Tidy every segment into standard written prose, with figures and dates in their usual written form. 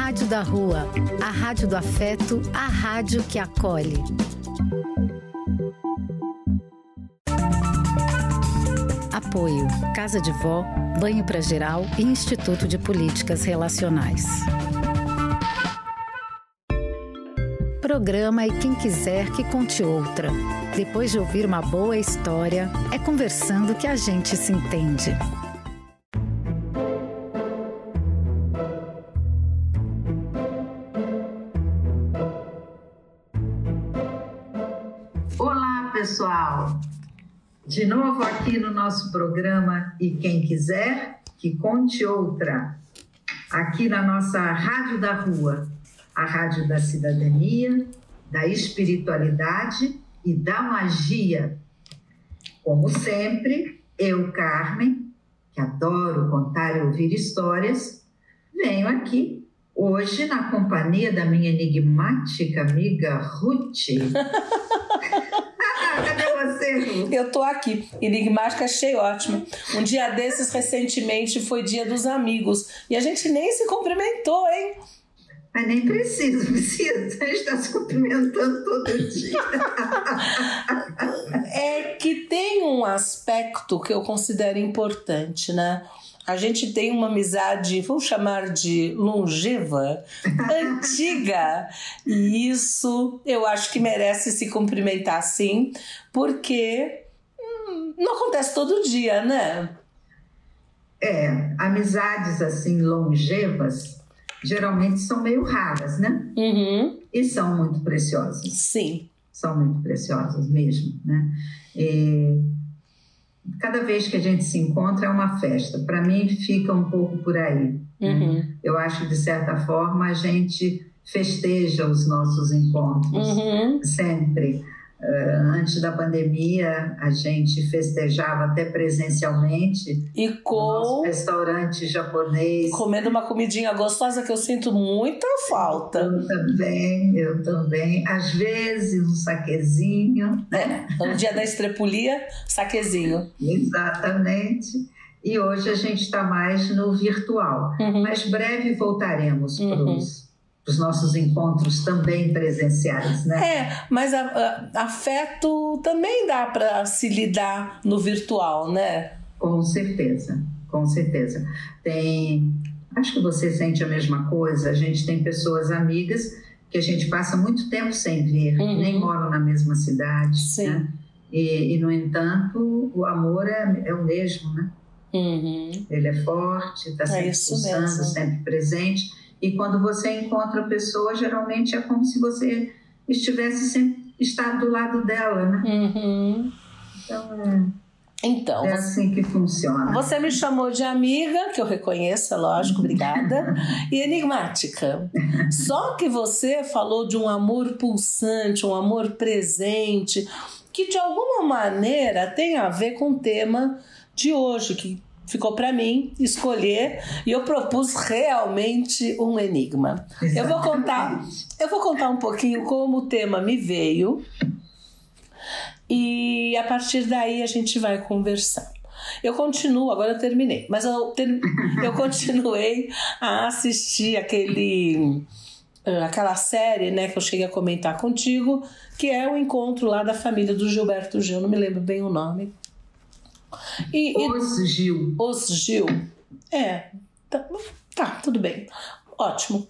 Rádio da Rua, a rádio do afeto, a rádio que acolhe. Apoio: Casa de Vó, Banho pra Geral e Instituto de Políticas Relacionais. Programa E Quem Quiser Que Conte Outra. Depois de ouvir uma boa história, é conversando que a gente se entende. Olá, pessoal! De novo aqui no nosso programa E Quem Quiser Que Conte Outra. Aqui na nossa Rádio da Rua, a rádio da cidadania, da espiritualidade e da magia. Como sempre, eu, Carmen, que adoro contar e ouvir histórias, venho aqui hoje na companhia da minha enigmática amiga Ruth. Cadê você, Ruth? Eu tô aqui, enigmática, achei ótimo. Um dia desses, recentemente, foi Dia dos Amigos e a gente nem se cumprimentou, hein? Mas nem precisa, a gente está se cumprimentando todo dia. É que tem um aspecto que eu considero importante, né? A gente tem uma amizade, vamos chamar de longeva, antiga, e isso eu acho que merece se cumprimentar sim, porque não acontece todo dia, né? Amizades assim longevas geralmente são meio raras, né? Uhum. E são muito preciosas. Sim. São muito preciosas mesmo, né? Cada vez que a gente se encontra é uma festa. Para mim, fica um pouco por aí. Uhum. Né? Eu acho que, de certa forma, a gente festeja os nossos encontros. Uhum. Sempre. Antes da pandemia, a gente festejava até presencialmente e com no nosso restaurante japonês. Comendo uma comidinha gostosa que eu sinto muita falta. Eu também. Às vezes um saquezinho. No dia da estrepulia, saquezinho. Exatamente. E hoje a gente está mais no virtual. Uhum. Mas breve voltaremos para os nossos encontros também presenciais, né? Mas afeto também dá para se lidar no virtual, né? Com certeza, com certeza. Acho que você sente a mesma coisa. A gente tem pessoas amigas que a gente passa muito tempo sem ver, nem moram na mesma cidade. Sim. Né? E, no entanto, o amor é o mesmo, né? Uhum. Ele é forte, está sempre pulsando, sempre presente. E quando você encontra a pessoa, geralmente é como se você estivesse sempre estado do lado dela, né? Uhum. Então, é assim que funciona. Você me chamou de amiga, que eu reconheço, é lógico, obrigada, e enigmática. Só que você falou de um amor pulsante, um amor presente, que de alguma maneira tem a ver com o tema de hoje, que ficou para mim escolher, e eu propus realmente um enigma. Eu vou contar um pouquinho como o tema me veio e a partir daí a gente vai conversar. Eu continuo, agora eu terminei, mas eu continuei a assistir aquela série, né, que eu cheguei a comentar contigo, que é o encontro lá da família do Gilberto Gil, não me lembro bem o nome. Os Gil. Tá, tudo bem. Ótimo.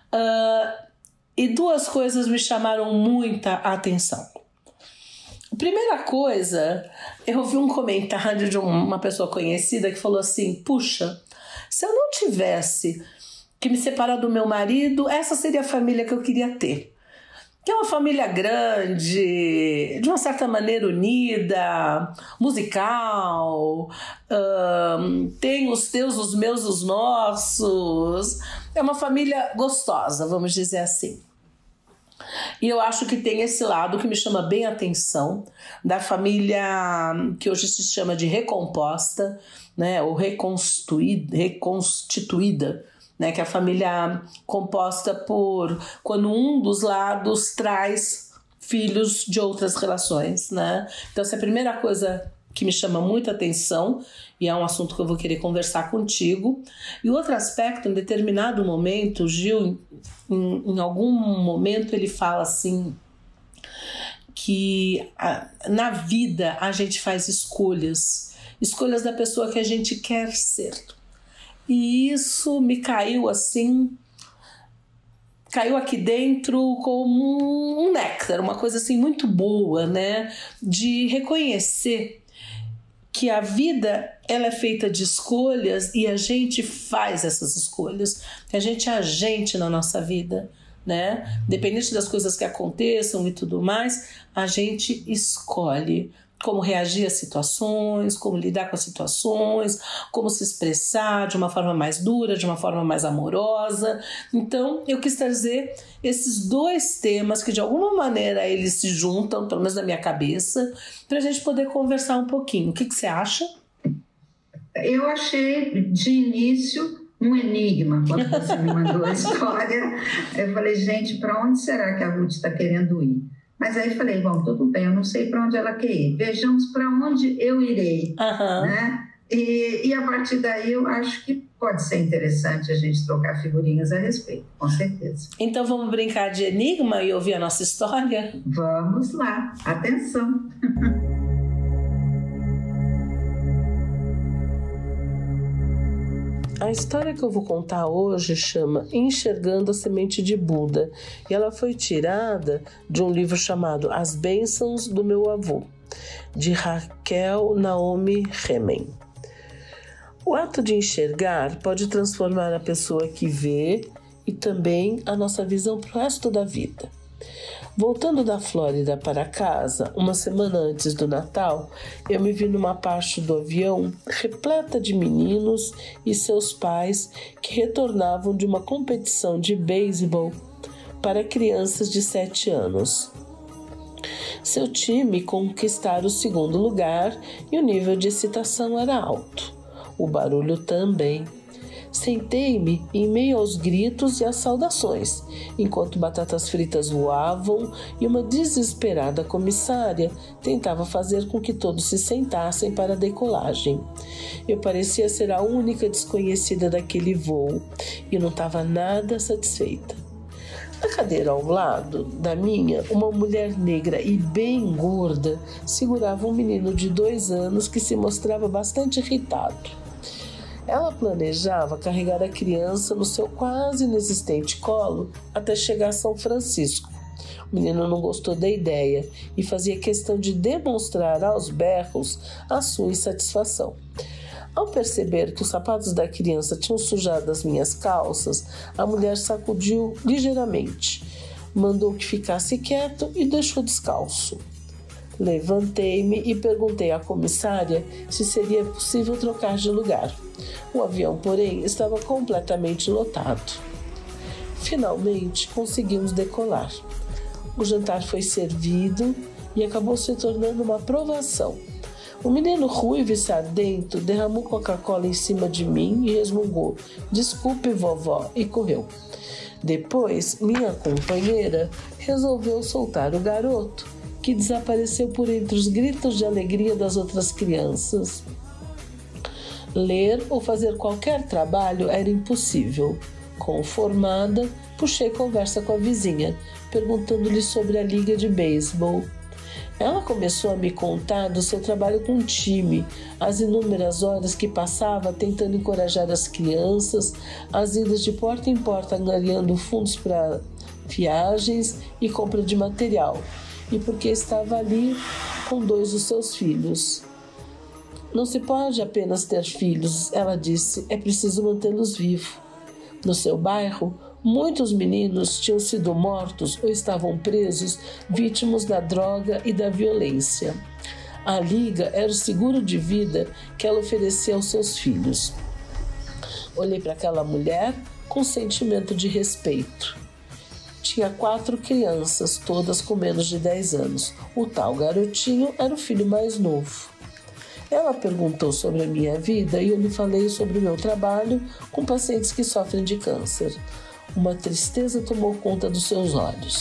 E duas coisas me chamaram muita atenção. Primeira coisa, eu ouvi um comentário de uma pessoa conhecida que falou assim: puxa, se eu não tivesse que me separar do meu marido, essa seria a família que eu queria ter. Que é uma família grande, de uma certa maneira unida, musical, tem os teus, os meus, os nossos. É uma família gostosa, vamos dizer assim. E eu acho que tem esse lado que me chama bem a atenção, da família que hoje se chama de recomposta, né, ou reconstituída, né, que é a família composta por quando um dos lados traz filhos de outras relações, né? Então essa é a primeira coisa que me chama muita atenção e é um assunto que eu vou querer conversar contigo. E outro aspecto, em determinado momento, o Gil, em algum momento, ele fala assim, que na vida a gente faz escolhas da pessoa que a gente quer ser. E isso me caiu assim, caiu aqui dentro como um néctar, uma coisa assim muito boa, né? De reconhecer que a vida ela é feita de escolhas e a gente faz essas escolhas, que a gente é agente na nossa vida, né? Independente das coisas que aconteçam e tudo mais, a gente escolhe como reagir às situações, como lidar com as situações, como se expressar de uma forma mais dura, de uma forma mais amorosa. Então, eu quis trazer esses dois temas que de alguma maneira eles se juntam, pelo menos na minha cabeça, para a gente poder conversar um pouquinho. O que você acha? Eu achei de início um enigma quando você me mandou a história. Eu falei, gente, para onde será que a Ruth está querendo ir? Mas aí falei, bom, tudo bem, eu não sei para onde ela quer ir. Vejamos para onde eu irei. Né? E a partir daí eu acho que pode ser interessante a gente trocar figurinhas a respeito, com certeza. Então vamos brincar de enigma e ouvir a nossa história? Vamos lá, atenção! A história que eu vou contar hoje chama Enxergando a Semente de Buda e ela foi tirada de um livro chamado As Bênçãos do Meu Avô, de Raquel Naomi Remen. O ato de enxergar pode transformar a pessoa que vê e também a nossa visão para o resto da vida. Voltando da Flórida para casa, uma semana antes do Natal, eu me vi numa parte do avião repleta de meninos e seus pais que retornavam de uma competição de beisebol para crianças de 7 anos. Seu time conquistara o 2º lugar e o nível de excitação era alto. O barulho também. Sentei-me em meio aos gritos e às saudações, enquanto batatas fritas voavam e uma desesperada comissária tentava fazer com que todos se sentassem para a decolagem. Eu parecia ser a única desconhecida daquele voo e não estava nada satisfeita. Na cadeira ao lado da minha, uma mulher negra e bem gorda segurava um menino de 2 anos que se mostrava bastante irritado. Ela planejava carregar a criança no seu quase inexistente colo até chegar a São Francisco. O menino não gostou da ideia e fazia questão de demonstrar aos berros a sua insatisfação. Ao perceber que os sapatos da criança tinham sujado as minhas calças, a mulher sacudiu ligeiramente, mandou que ficasse quieto e deixou descalço. Levantei-me e perguntei à comissária se seria possível trocar de lugar. O avião, porém, estava completamente lotado. Finalmente, conseguimos decolar. O jantar foi servido e acabou se tornando uma provação. O menino ruivo e sardento derramou Coca-Cola em cima de mim e resmungou: "Desculpe, vovó", e correu. Depois, minha companheira resolveu soltar o garoto, que desapareceu por entre os gritos de alegria das outras crianças. Ler ou fazer qualquer trabalho era impossível. Conformada, puxei conversa com a vizinha, perguntando-lhe sobre a liga de beisebol. Ela começou a me contar do seu trabalho com o time, as inúmeras horas que passava tentando encorajar as crianças, as idas de porta em porta angariando fundos para viagens e compra de material, e porque estava ali com 2 dos seus filhos. Não se pode apenas ter filhos, ela disse, é preciso mantê-los vivos. No seu bairro, muitos meninos tinham sido mortos ou estavam presos, vítimas da droga e da violência. A liga era o seguro de vida que ela oferecia aos seus filhos. Olhei para aquela mulher com sentimento de respeito. Tinha 4 crianças, todas com menos de 10 anos. O tal garotinho era o filho mais novo. Ela perguntou sobre a minha vida e eu lhe falei sobre o meu trabalho com pacientes que sofrem de câncer. Uma tristeza tomou conta dos seus olhos.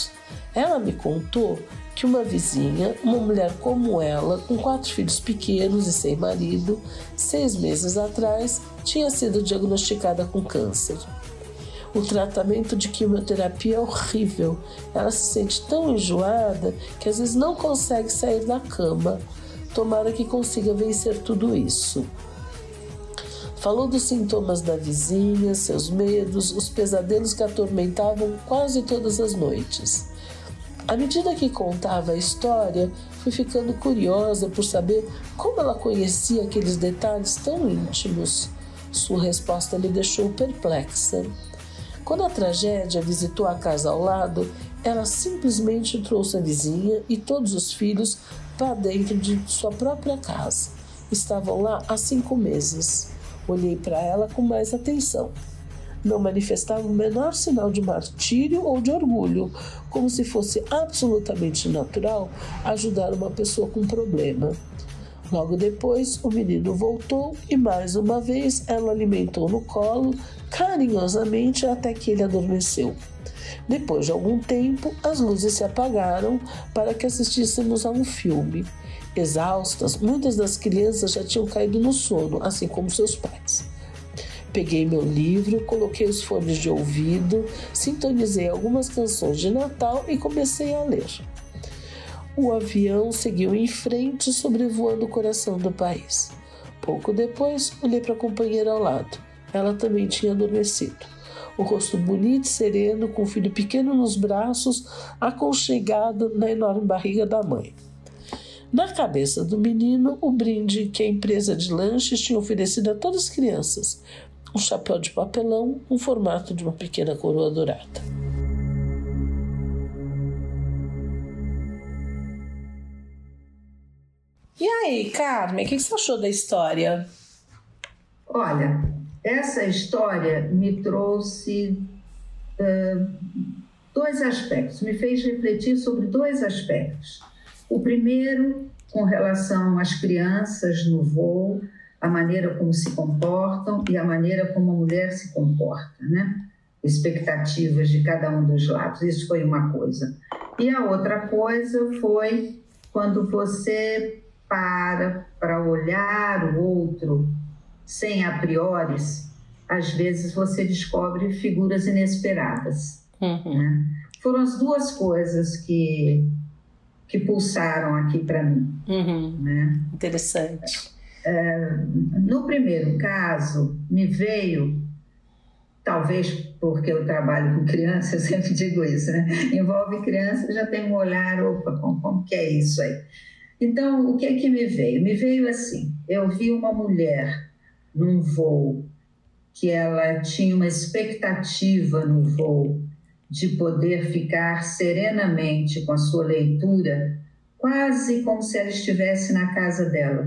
Ela me contou que uma vizinha, uma mulher como ela, com 4 filhos pequenos e sem marido, 6 meses atrás, tinha sido diagnosticada com câncer. O tratamento de quimioterapia é horrível. Ela se sente tão enjoada que às vezes não consegue sair da cama. Tomara que consiga vencer tudo isso. Falou dos sintomas da vizinha, seus medos, os pesadelos que a atormentavam quase todas as noites. À medida que contava a história, fui ficando curiosa por saber como ela conhecia aqueles detalhes tão íntimos. Sua resposta me deixou perplexa. Quando a tragédia visitou a casa ao lado, ela simplesmente trouxe a vizinha e todos os filhos para dentro de sua própria casa. Estavam lá há 5 meses. Olhei para ela com mais atenção. Não manifestava o menor sinal de martírio ou de orgulho, como se fosse absolutamente natural ajudar uma pessoa com problema. Logo depois, o menino voltou e mais uma vez ela alimentou no colo, carinhosamente, até que ele adormeceu. Depois de algum tempo, as luzes se apagaram para que assistíssemos a um filme. Exaustas, muitas das crianças já tinham caído no sono, assim como seus pais. Peguei meu livro, coloquei os fones de ouvido, sintonizei algumas canções de Natal e comecei a ler. O avião seguiu em frente, sobrevoando o coração do país. Pouco depois, olhei para a companheira ao lado. Ela também tinha adormecido. O rosto bonito e sereno, com o filho pequeno nos braços, aconchegado na enorme barriga da mãe. Na cabeça do menino, o brinde que a empresa de lanches tinha oferecido a todas as crianças. Um chapéu de papelão, com o formato de uma pequena coroa dourada. E aí, Carmen, o que você achou da história? Olha, essa história me trouxe 2 aspectos, me fez refletir sobre 2 aspectos. O primeiro, com relação às crianças no voo, a maneira como se comportam e a maneira como a mulher se comporta, né? Expectativas de cada um dos lados, isso foi uma coisa. E a outra coisa foi quando você para olhar o outro sem a priori, às vezes você descobre figuras inesperadas. Né? Foram as 2 coisas que pulsaram aqui para mim. Né? Interessante. No primeiro caso, me veio, talvez porque eu trabalho com criança, eu sempre digo isso, né? Envolve criança, já tem um olhar, opa, como que é isso aí? Então, o que é que me veio? Me veio assim, eu vi uma mulher num voo que ela tinha uma expectativa no voo de poder ficar serenamente com a sua leitura, quase como se ela estivesse na casa dela.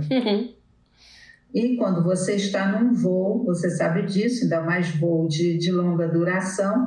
E quando você está num voo, você sabe disso, ainda mais voo de longa duração.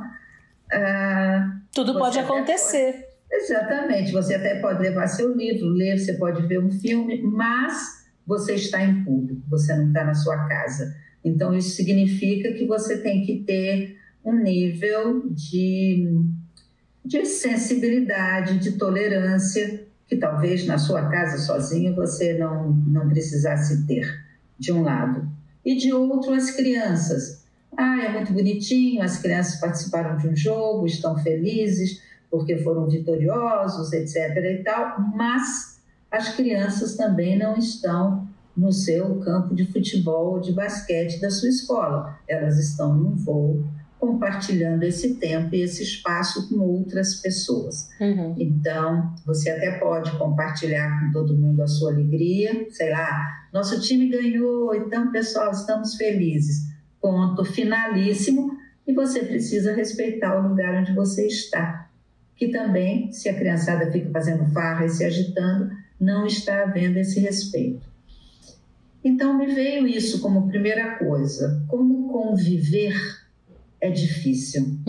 Tudo pode acontecer. Exatamente, você até pode levar seu livro, ler, você pode ver um filme, mas você está em público, você não está na sua casa. Então, isso significa que você tem que ter um nível de sensibilidade, de tolerância, que talvez na sua casa sozinho você não precisasse ter, de um lado. E de outro, as crianças. É muito bonitinho, as crianças participaram de um jogo, estão felizes, porque foram vitoriosos, etc. e tal, mas as crianças também não estão no seu campo de futebol ou de basquete da sua escola. Elas estão num voo, compartilhando esse tempo e esse espaço com outras pessoas. Então, você até pode compartilhar com todo mundo a sua alegria, sei lá, nosso time ganhou, então, pessoal, estamos felizes. Ponto finalíssimo, e você precisa respeitar o lugar onde você está. Que também, se a criançada fica fazendo farra e se agitando, não está havendo esse respeito. Então, me veio isso como primeira coisa. Como conviver é difícil.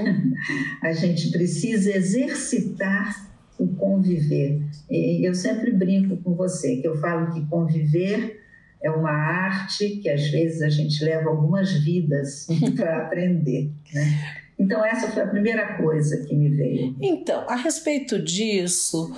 A gente precisa exercitar o conviver. E eu sempre brinco com você, que eu falo que conviver é uma arte que, às vezes, a gente leva algumas vidas para aprender, né? Então, essa foi a primeira coisa que me veio. Então, a respeito disso,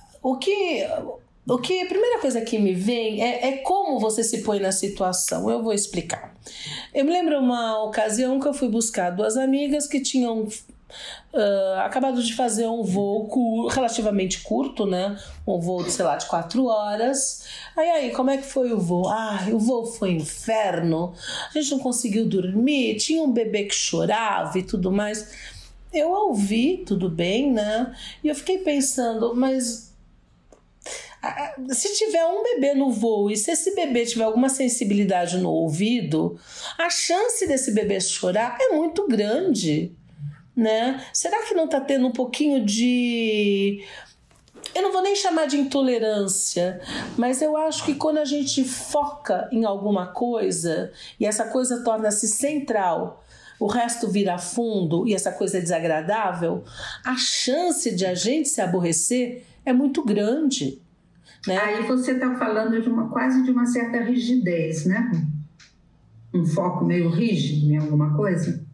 a primeira coisa que me vem é como você se põe na situação. Eu vou explicar. Eu me lembro uma ocasião que eu fui buscar 2 amigas que tinham acabado de fazer um voo relativamente curto, né? Um voo, sei lá, de 4 horas. Aí, como é que foi o voo? O voo foi um inferno. A gente não conseguiu dormir. Tinha um bebê que chorava e tudo mais. Eu ouvi, tudo bem, né? E eu fiquei pensando, mas se tiver um bebê no voo e se esse bebê tiver alguma sensibilidade no ouvido, a chance desse bebê chorar é muito grande, né? Será que não está tendo um pouquinho de... Eu não vou nem chamar de intolerância, mas eu acho que quando a gente foca em alguma coisa e essa coisa torna-se central, o resto vira fundo e essa coisa é desagradável, a chance de a gente se aborrecer é muito grande. Né? Aí você está falando quase de uma certa rigidez, né? Um foco meio rígido em alguma coisa?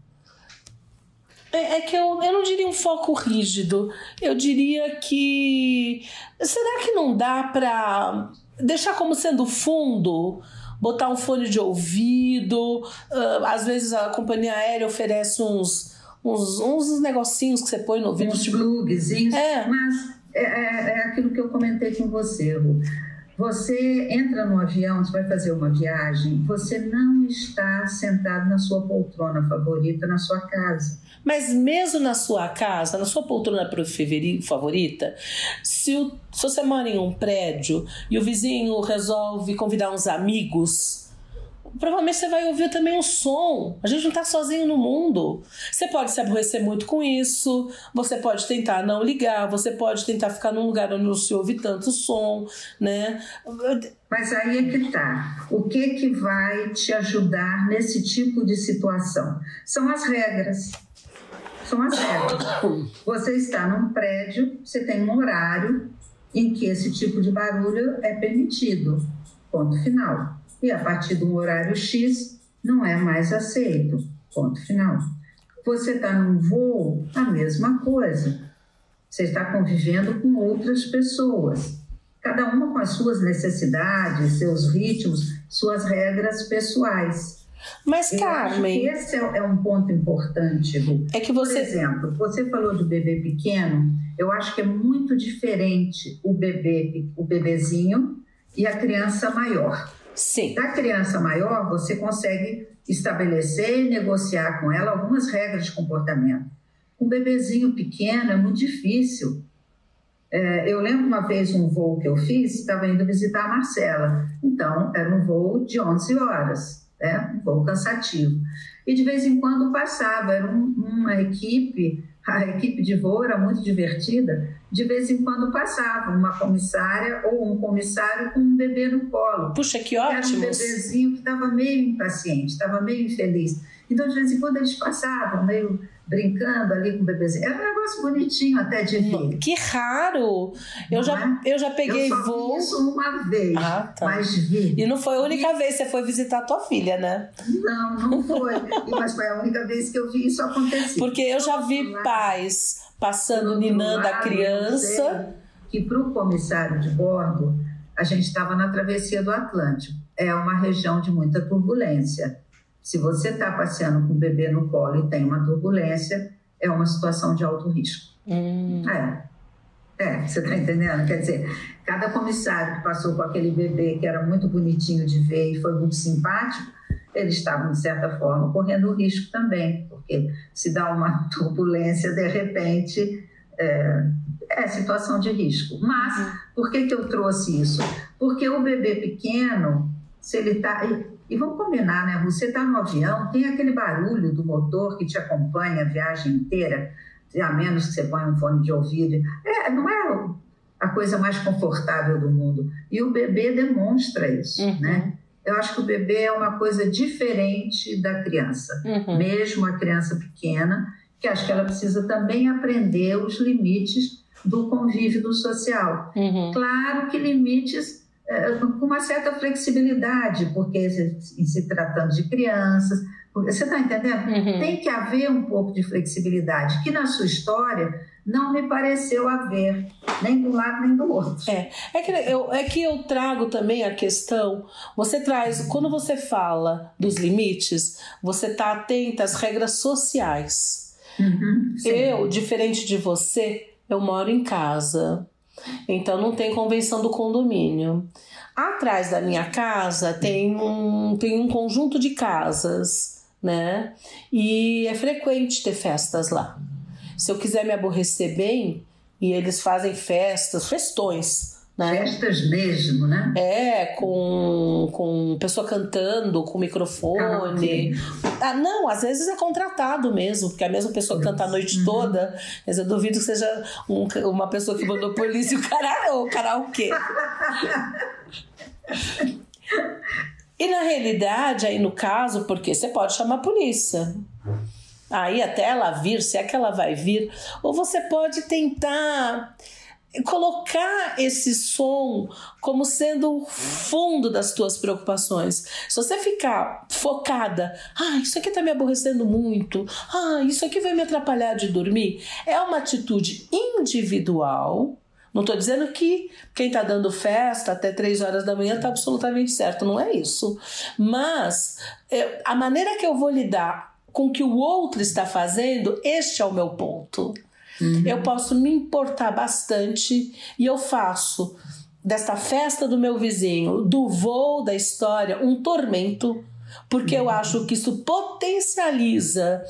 É que eu não diria um foco rígido. Eu diria que... Será que não dá para deixar como sendo fundo? Botar um fone de ouvido? Às vezes a companhia aérea oferece uns negocinhos que você põe no ouvido. Uns plugzinhos. Mas... É aquilo que eu comentei com você, Ru. Você entra no avião, você vai fazer uma viagem, você não está sentado na sua poltrona favorita na sua casa. Mas mesmo na sua casa, na sua poltrona favorita, se você mora em um prédio e o vizinho resolve convidar uns amigos, provavelmente você vai ouvir também o som. A gente não está sozinho no mundo. Você pode se aborrecer muito com isso, você pode tentar não ligar, você pode tentar ficar num lugar onde não se ouve tanto som, né? Mas aí é que tá. O que vai te ajudar nesse tipo de situação? São as regras. Você está num prédio, você tem um horário em que esse tipo de barulho é permitido. Ponto final. E a partir de um horário X, não é mais aceito. Ponto final. Você está num voo, a mesma coisa. Você está convivendo com outras pessoas. Cada uma com as suas necessidades, seus ritmos, suas regras pessoais. Mas, Carmen... Esse é um ponto importante, Ru. É que você... Por exemplo, você falou de bebê pequeno. Eu acho que é muito diferente o bebezinho e a criança maior. Sim. Da criança maior, você consegue estabelecer e negociar com ela algumas regras de comportamento. Um bebezinho pequeno é muito difícil. Eu lembro uma vez um voo que eu fiz, estava indo visitar a Marcela. Então, era um voo de 11 horas, né? Um voo cansativo. E de vez em quando passava, era uma equipe, a equipe de voo era muito divertida. De vez em quando passava uma comissária ou um comissário com um bebê no colo. Puxa, que ótimo! Era um bebezinho que estava meio impaciente, estava meio infeliz. Então, de vez em quando, eles passavam meio brincando ali com o bebezinho. Era um negócio bonitinho até de ver. Que raro! Eu já peguei voo... Eu só vi isso uma vez, mas vi. E não foi a única vez que você foi visitar a tua filha, né? Não foi. Mas foi a única vez que eu vi isso acontecer. Porque eu já vi pais passando, ninando a criança. Que para o comissário de bordo, a gente estava na travessia do Atlântico. É uma região de muita turbulência. Se você está passeando com o bebê no colo e tem uma turbulência, é uma situação de alto risco. Você está entendendo? Quer dizer, cada comissário que passou com aquele bebê que era muito bonitinho de ver e foi muito simpático, eles estavam, de certa forma, correndo risco também, porque se dá uma turbulência, de repente, é situação de risco. Mas, por que eu trouxe isso? Porque o bebê pequeno, se ele está... E vamos combinar, né? Você está no avião, tem aquele barulho do motor que te acompanha a viagem inteira, a menos que você ponha um fone de ouvido. Não é a coisa mais confortável do mundo. E o bebê demonstra isso, né? Eu acho que o bebê é uma coisa diferente da criança. Mesmo a criança pequena, que acho que ela precisa também aprender os limites do convívio social. Claro que limites... com uma certa flexibilidade, porque se tratando de crianças, Você está entendendo? Uhum. Tem que haver um pouco de flexibilidade, que na sua história não me pareceu haver, nem do lado nem do outro. É que eu trago também a questão, você traz, quando você fala dos limites, você está atenta às regras sociais. Uhum, eu, diferente de você, eu moro em casa, então não tem convenção do condomínio. Atrás da minha casa tem um conjunto de casas, né? E é frequente ter festas lá. Se eu quiser me aborrecer bem, e eles fazem festões, né? Festas mesmo, né? Com pessoa cantando, com microfone. Não, às vezes é contratado mesmo, porque a mesma pessoa canta a noite toda. Mas eu duvido que seja uma pessoa que mandou polícia o karaokê. E na realidade, aí no caso, porque você pode chamar a polícia. Aí até ela vir, se é que ela vai vir, ou você pode tentar colocar esse som como sendo o fundo das tuas preocupações. Se você ficar focada, isso aqui tá me aborrecendo muito, isso aqui vai me atrapalhar de dormir, é uma atitude individual. Não estou dizendo que quem está dando festa até 3 horas da manhã está absolutamente certo, não é isso. Mas a maneira que eu vou lidar com o que o outro está fazendo, este é o meu ponto. Eu posso me importar bastante e eu faço desta festa do meu vizinho, do voo da história, um tormento, porque eu acho que isso potencializa.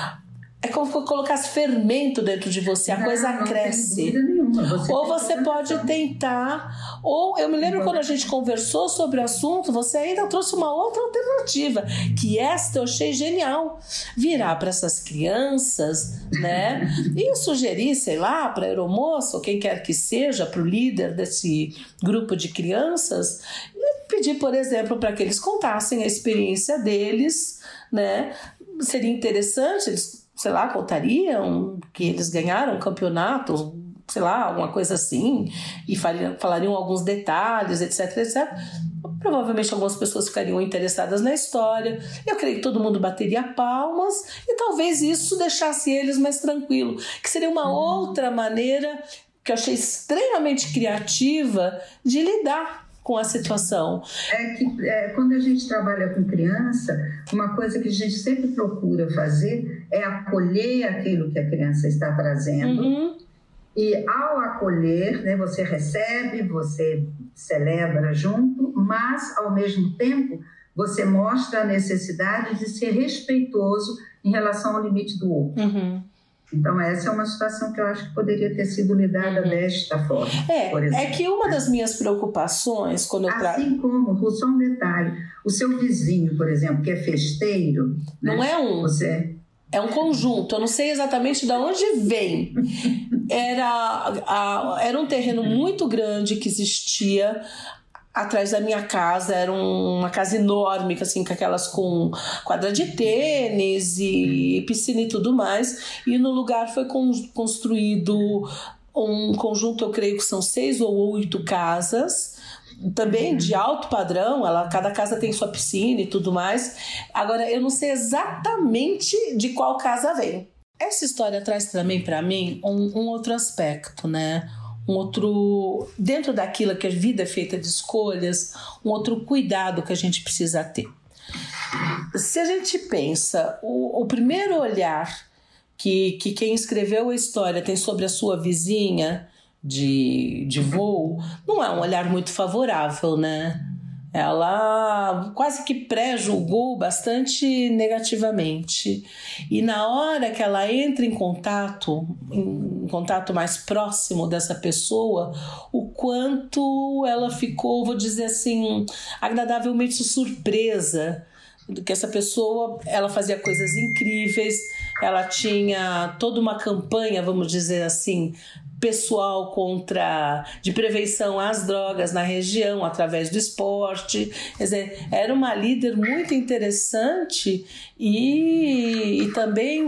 É como se colocasse fermento dentro de você, a coisa cresce. Ou você pode tentar, ou eu me lembro quando a gente conversou sobre o assunto, você ainda trouxe uma outra alternativa, que esta eu achei genial. Virar para essas crianças, né? E sugerir, sei lá, para a aeromoça, ou quem quer que seja, para o líder desse grupo de crianças, e pedir, por exemplo, para que eles contassem a experiência deles, né? Seria interessante, eles, sei lá, contariam que eles ganharam um campeonato, sei lá, alguma coisa assim, e falariam alguns detalhes, etc, etc. Provavelmente algumas pessoas ficariam interessadas na história. Eu creio que todo mundo bateria palmas e talvez isso deixasse eles mais tranquilos, que seria uma outra maneira que eu achei extremamente criativa de lidar com a situação. Quando a gente trabalha com criança, uma coisa que a gente sempre procura fazer é acolher aquilo que a criança está trazendo. E ao acolher, né, você recebe, você celebra junto, mas ao mesmo tempo você mostra a necessidade de ser respeitoso em relação ao limite do outro. Então, essa é uma situação que eu acho que poderia ter sido lidada desta forma. É que uma das minhas preocupações, quando eu assim como, só um detalhe, o seu vizinho, por exemplo, que é festeiro... Não, né? É um conjunto, eu não sei exatamente de onde vem. Era um terreno muito grande que existia atrás da minha casa, era uma casa enorme, assim, com aquelas com quadra de tênis e piscina e tudo mais, e no lugar foi construído um conjunto, eu creio que são 6 ou 8 casas, também de alto padrão, cada casa tem sua piscina e tudo mais. Agora, eu não sei exatamente de qual casa vem. Essa história traz também para mim um outro aspecto, né? Dentro daquilo que a vida é feita de escolhas, um outro cuidado que a gente precisa ter. Se a gente pensa, o primeiro olhar que quem escreveu a história tem sobre a sua vizinha de voo, não é um olhar muito favorável, né? Ela quase que pré-julgou bastante negativamente. E na hora que ela entra em contato mais próximo dessa pessoa, o quanto ela ficou, vou dizer assim, agradavelmente surpresa, que essa pessoa, ela fazia coisas incríveis, ela tinha toda uma campanha, vamos dizer assim, pessoal de prevenção às drogas na região através do esporte. Quer dizer, era uma líder muito interessante e também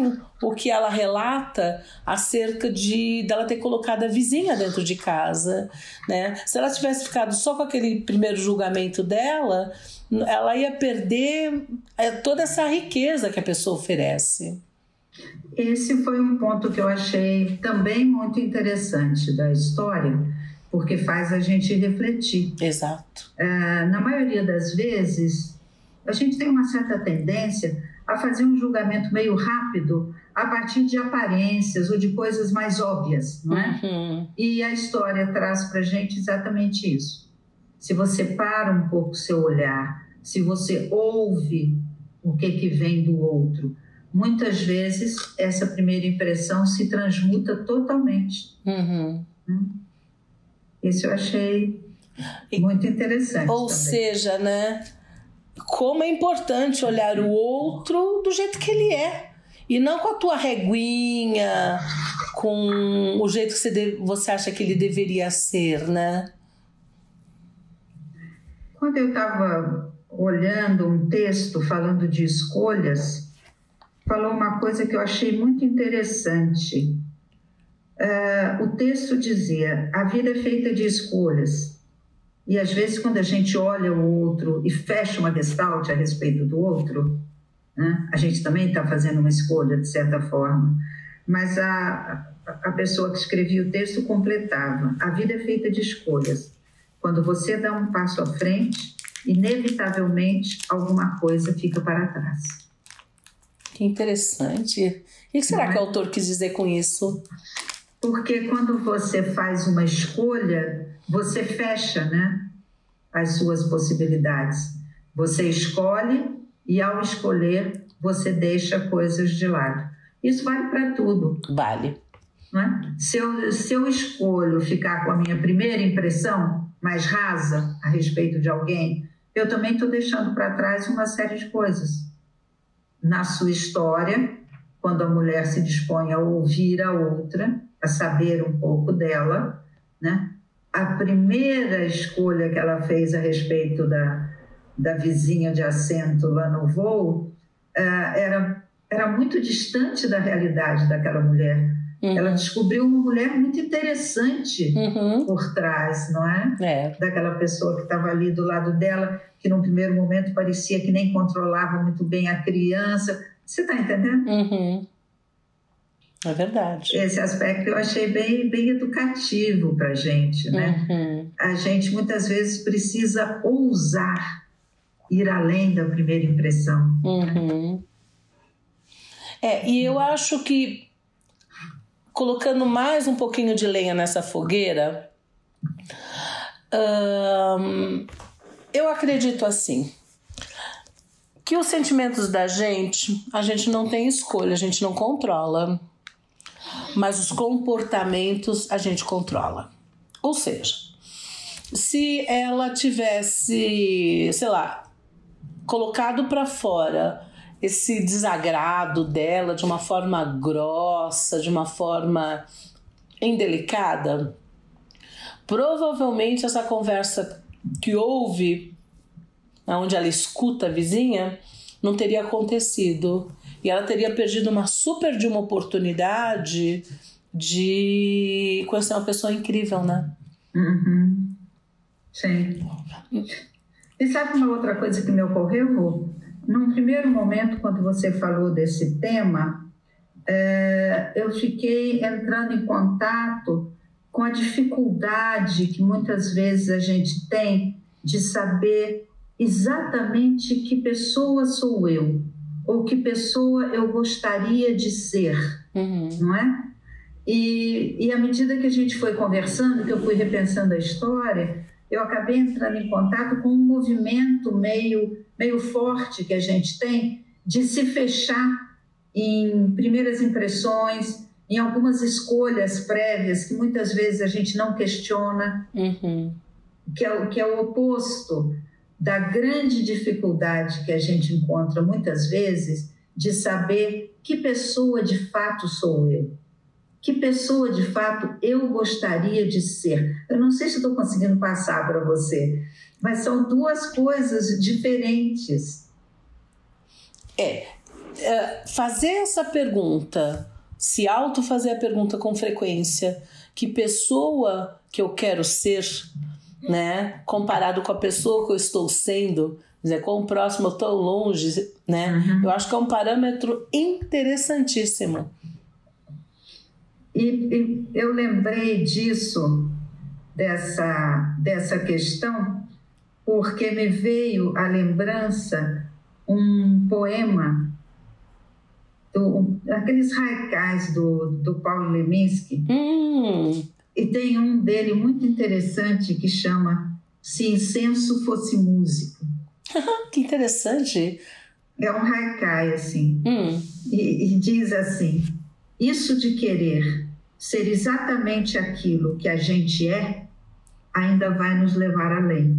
o que ela relata acerca dela ter colocado a vizinha dentro de casa, né? Se ela tivesse ficado só com aquele primeiro julgamento dela, ela ia perder toda essa riqueza que a pessoa oferece. Esse foi um ponto que eu achei também muito interessante da história, porque faz a gente refletir. Exato. Na maioria das vezes, a gente tem uma certa tendência a fazer um julgamento meio rápido a partir de aparências ou de coisas mais óbvias, não é? Uhum. E a história traz para a gente exatamente isso. Se você para um pouco o seu olhar, se você ouve o que vem do outro, muitas vezes essa primeira impressão se transmuta totalmente. Uhum. Isso eu achei muito interessante. Ou também. seja, né? Como é importante olhar o outro do jeito que ele é. E não com a tua reguinha, com o jeito que você acha que ele deveria ser, né? Quando eu estava olhando um texto falando de escolhas, falou uma coisa que eu achei muito interessante. O texto dizia: a vida é feita de escolhas. E às vezes quando a gente olha o outro e fecha uma gestalt a respeito do outro, né, a gente também está fazendo uma escolha de certa forma. Mas a pessoa que escrevia o texto completava: a vida é feita de escolhas. Quando você dá um passo à frente, inevitavelmente alguma coisa fica para trás. Que interessante. O que será que o autor quis dizer com isso? Porque quando você faz uma escolha, você fecha, né, as suas possibilidades. Você escolhe e, ao escolher, você deixa coisas de lado. Isso vale para tudo. Vale. Não é? Se eu escolho ficar com a minha primeira impressão mais rasa a respeito de alguém, eu também estou deixando para trás uma série de coisas. Na sua história, quando a mulher se dispõe a ouvir a outra, a saber um pouco dela, né? A primeira escolha que ela fez a respeito da vizinha de assento lá no voo era muito distante da realidade daquela mulher. Uhum. Ela descobriu uma mulher muito interessante por trás, não é? Daquela pessoa que estava ali do lado dela, que num primeiro momento parecia que nem controlava muito bem a criança. Você está entendendo? Uhum. É verdade. Esse aspecto eu achei bem educativo para a gente, né? Uhum. A gente muitas vezes precisa ousar ir além da primeira impressão. Uhum. E eu acho que, colocando mais um pouquinho de lenha nessa fogueira, eu acredito assim, que os sentimentos da gente, a gente não tem escolha, a gente não controla. Mas os comportamentos a gente controla. Ou seja, se ela tivesse, sei lá, colocado para fora esse desagrado dela de uma forma grossa, de uma forma indelicada, provavelmente essa conversa que houve, onde ela escuta a vizinha, não teria acontecido. E ela teria perdido uma oportunidade de conhecer uma pessoa incrível, né? Uhum. Sim. E sabe uma outra coisa que me ocorreu? Num primeiro momento, quando você falou desse tema, eu fiquei entrando em contato com a dificuldade que muitas vezes a gente tem de saber exatamente que pessoa sou eu, ou que pessoa eu gostaria de ser, não é? E à medida que a gente foi conversando, que eu fui repensando a história, eu acabei entrando em contato com um movimento meio forte que a gente tem de se fechar em primeiras impressões, em algumas escolhas prévias que muitas vezes a gente não questiona, que é o oposto da grande dificuldade que a gente encontra muitas vezes de saber que pessoa de fato sou eu, que pessoa de fato eu gostaria de ser. Eu não sei se estou conseguindo passar para você, mas são duas coisas diferentes. fazer essa pergunta, se fazer a pergunta com frequência, que pessoa que eu quero ser, né, comparado com a pessoa que eu estou sendo, dizer, quão próximo ou tão longe, né? Eu acho que é um parâmetro interessantíssimo. E eu lembrei disso, dessa questão, porque me veio à lembrança um poema, aqueles haikais do Paulo Leminski. E tem um dele muito interessante que chama Se Incenso Fosse Música. Que interessante. É um haikai, assim. E diz assim: isso de querer ser exatamente aquilo que a gente é, ainda vai nos levar além.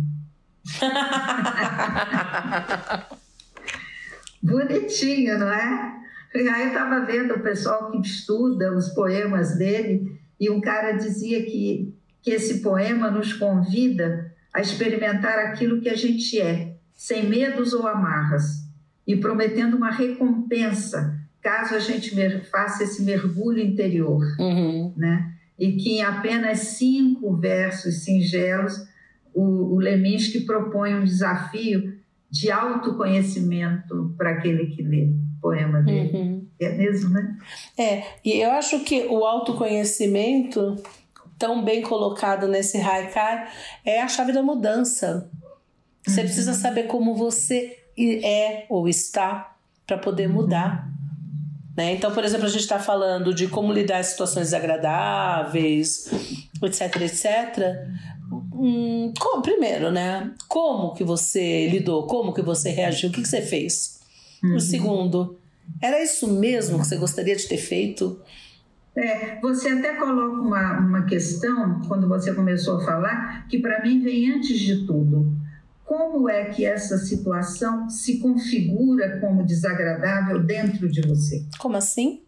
Bonitinho, não é? E aí eu estava vendo o pessoal que estuda os poemas dele, e um cara dizia que esse poema nos convida a experimentar aquilo que a gente é, sem medos ou amarras, e prometendo uma recompensa caso a gente faça esse mergulho interior, né? E que em apenas 5 versos singelos, o Leminski propõe um desafio de autoconhecimento para aquele que lê o poema dele. É mesmo, né? E eu acho que o autoconhecimento, tão bem colocado nesse haikai, é a chave da mudança. Você precisa saber como você é ou está para poder mudar. Né? Então, por exemplo, a gente está falando de como lidar em situações desagradáveis, etc, etc. Primeiro, né? Como que você lidou? Como que você reagiu? O que você fez? O segundo, era isso mesmo que você gostaria de ter feito? Você até coloca uma questão, quando você começou a falar, que para mim vem antes de tudo. Como é que essa situação se configura como desagradável dentro de você? Como assim?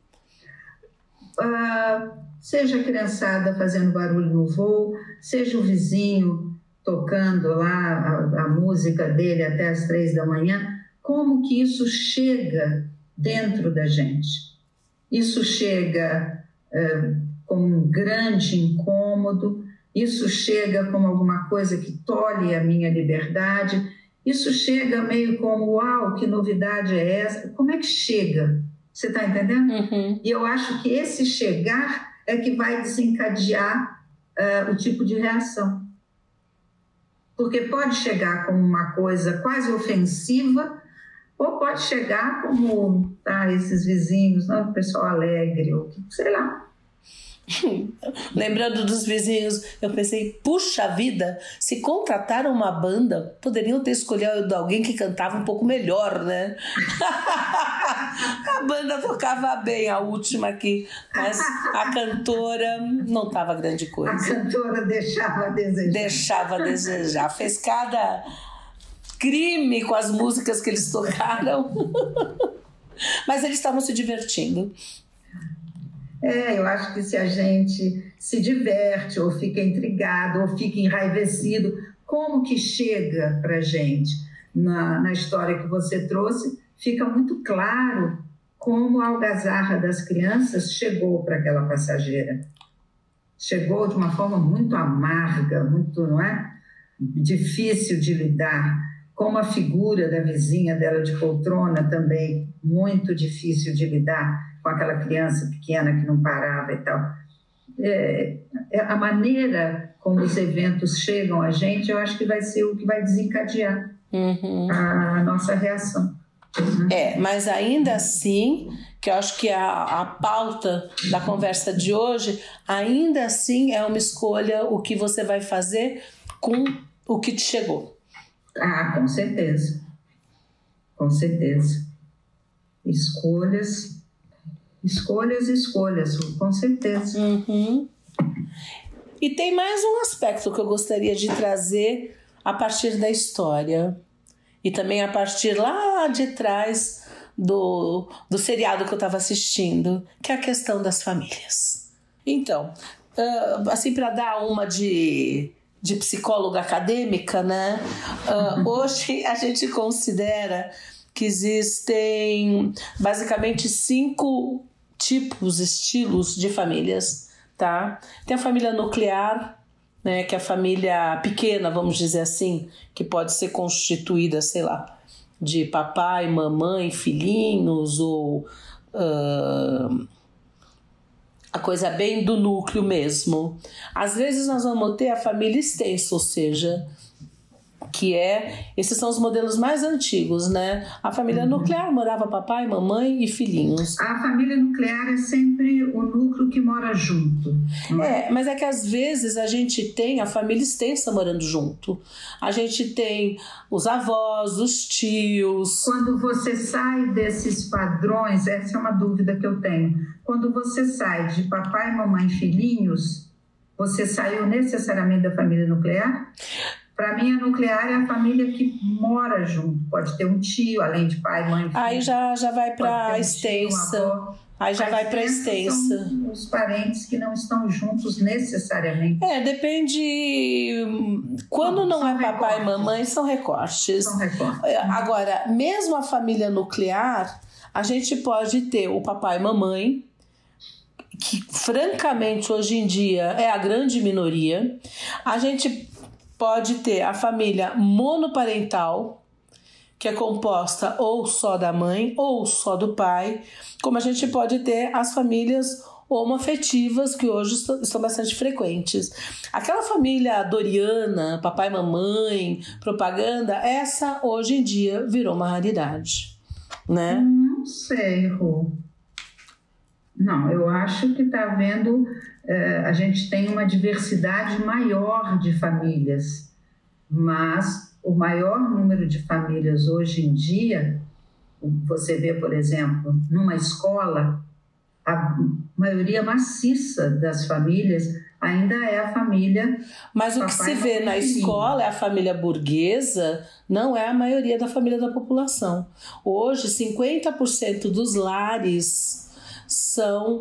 Seja a criançada fazendo barulho no voo, seja o vizinho tocando lá a música dele até as 3 da manhã. Como que isso chega dentro da gente? Isso chega como um grande incômodo. Isso chega como alguma coisa que tolhe a minha liberdade. Isso chega meio como, uau, que novidade é essa? Como é que chega? Você está entendendo? E eu acho que esse chegar é que vai desencadear o tipo de reação. Porque pode chegar como uma coisa quase ofensiva, ou pode chegar como esses vizinhos, não, o pessoal alegre, ou sei lá. Lembrando dos vizinhos, eu pensei, puxa vida, se contrataram uma banda, poderiam ter escolhido alguém que cantava um pouco melhor, né? A banda tocava bem, a última aqui, mas a cantora não estava grande coisa. A cantora deixava a desejar. Deixava a desejar. Fez cada crime com as músicas que eles tocaram. Mas eles estavam se divertindo. Eu acho que se a gente se diverte, ou fica intrigado, ou fica enraivecido, como que chega para a gente? Na história que você trouxe, fica muito claro como a algazarra das crianças chegou para aquela passageira. Chegou de uma forma muito amarga, muito, não é? Difícil de lidar. Como a figura da vizinha dela de poltrona também, muito difícil de lidar com aquela criança pequena que não parava e tal. A maneira como os eventos chegam a gente, eu acho que vai ser o que vai desencadear a nossa reação. Mas ainda assim, que eu acho que a pauta da conversa de hoje, ainda assim é uma escolha o que você vai fazer com o que te chegou. Com certeza. Com certeza. Escolhas, com certeza. E tem mais um aspecto que eu gostaria de trazer a partir da história. E também a partir lá de trás do seriado que eu estava assistindo, que é a questão das famílias. Então, assim, para dar uma de psicóloga acadêmica, né? Hoje a gente considera que existem basicamente 5 tipos, estilos de famílias, tá? Tem a família nuclear, né, que é a família pequena, vamos dizer assim, que pode ser constituída, sei lá, de papai, mamãe, filhinhos, ou a coisa bem do núcleo mesmo. Às vezes nós vamos ter a família extensa, ou seja, esses são os modelos mais antigos, né? A família nuclear morava papai, mamãe e filhinhos. A família nuclear é sempre o núcleo que mora junto. Mas é que às vezes a gente tem a família extensa morando junto. A gente tem os avós, os tios. Quando você sai desses padrões, essa é uma dúvida que eu tenho. Quando você sai de papai, mamãe, filhinhos, você saiu necessariamente da família nuclear? Para mim, a nuclear é a família que mora junto. Pode ter um tio, além de pai, mãe, filho. Aí já vai para a extensa. Aí já vai para a extensa. São os parentes que não estão juntos necessariamente. Depende. Quando não é papai e mamãe, são recortes. São recortes. Agora, mesmo a família nuclear, a gente pode ter o papai e mamãe, que francamente hoje em dia é a grande minoria. A gente pode ter a família monoparental, que é composta ou só da mãe ou só do pai, como a gente pode ter as famílias homoafetivas, que hoje estão bastante frequentes. Aquela família doriana, papai, mamãe, propaganda, essa hoje em dia virou uma raridade, né? Não sei, Rô. Não, eu acho que está havendo... a gente tem uma diversidade maior de famílias, mas o maior número de famílias hoje em dia, você vê, por exemplo, numa escola, a maioria maciça das famílias ainda é a família... Mas o que se vê na escola é a família burguesa, não é a maioria da família da população. Hoje, 50% dos lares são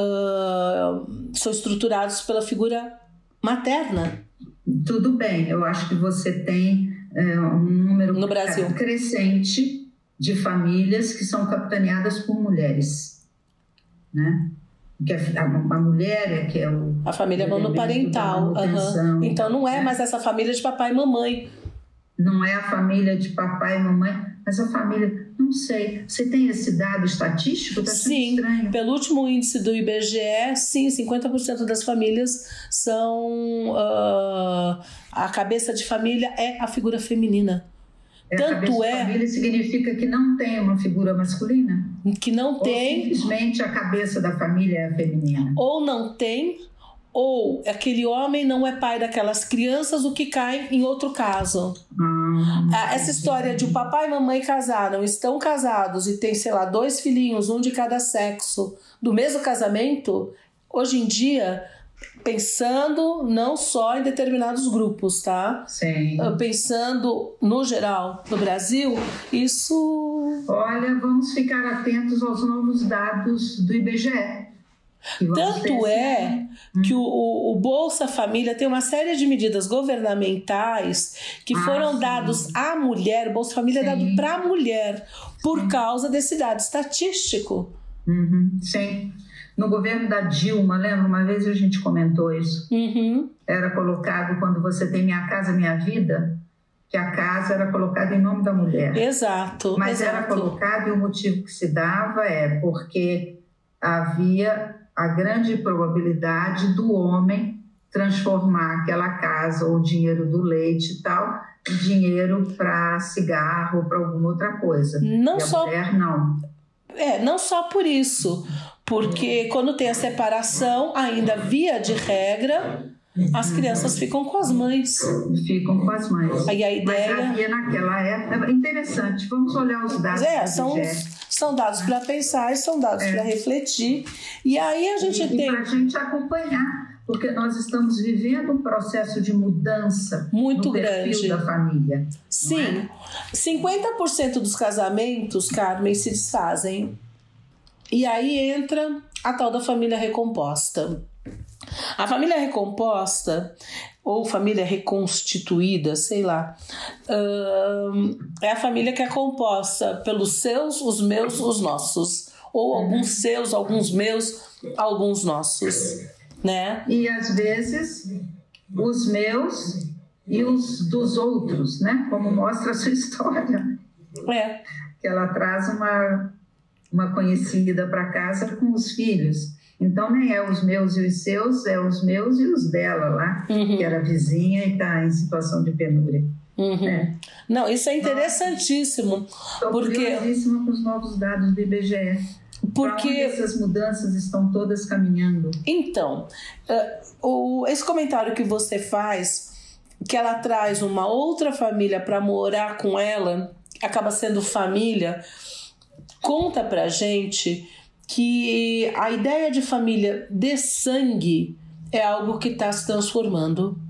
estruturados pela figura materna. Tudo bem, eu acho que você tem um número no Brasil crescente de famílias que são capitaneadas por mulheres, né? Que a mulher que é a família monoparental. Então não é mais essa família de papai e mamãe. Não é a família de papai e mamãe, mas a família... Não sei. Você tem esse dado estatístico? Tá sim, estranho. Pelo último índice do IBGE, sim, 50% das famílias são... a cabeça de família é a figura feminina. Tanto a família significa que não tem uma figura masculina? Que não tem. Ou simplesmente a cabeça da família é feminina? Ou não tem, ou aquele homem não é pai daquelas crianças, o que cai em outro caso. Essa história de o papai e mamãe casaram, estão casados e tem, sei lá, 2 filhinhos, um de cada sexo, do mesmo casamento, hoje em dia, pensando não só em determinados grupos, tá? Sim. Pensando no geral, no Brasil, isso... Olha, vamos ficar atentos aos novos dados do IBGE. Tanto é que o Bolsa Família tem uma série de medidas governamentais que foram dados à mulher. Bolsa Família é dado para a mulher por causa desse dado estatístico. Sim. No governo da Dilma, lembra? Uma vez a gente comentou isso. Era colocado, quando você tem Minha Casa Minha Vida, que a casa era colocada em nome da mulher. Exato. Mas era colocado, e o motivo que se dava é porque havia a grande probabilidade do homem transformar aquela casa ou o dinheiro do leite e tal em dinheiro para cigarro ou para alguma outra coisa. Mulher, não. Não só por isso, porque quando tem a separação, ainda via de regra, as crianças ficam com as mães. Ficam com as mães. Aí a ideia... Mas havia naquela época... Interessante, vamos olhar os dados. São dados para pensar e são dados para refletir. E aí a gente tem... para a gente acompanhar, porque nós estamos vivendo um processo de mudança muito no perfil grande da família. Sim. 50% dos casamentos, Carmen, se desfazem. E aí entra a tal da família recomposta. A família recomposta ou família reconstituída, sei lá, é a família que é composta pelos seus, os meus, os nossos, ou alguns seus, alguns meus, alguns nossos, né? E às vezes os meus e os dos outros, né? Como mostra a sua história. Que ela traz uma conhecida para casa com os filhos. Então nem é os meus e os seus, é os meus e os dela lá, que era vizinha e está em situação de penúria. Não, isso é interessantíssimo. Estou curiosíssima com os novos dados do IBGE. Porque essas mudanças estão todas caminhando. Então, esse comentário que você faz, que ela traz uma outra família para morar com ela, acaba sendo família, conta pra gente que a ideia de família de sangue é algo que está se transformando.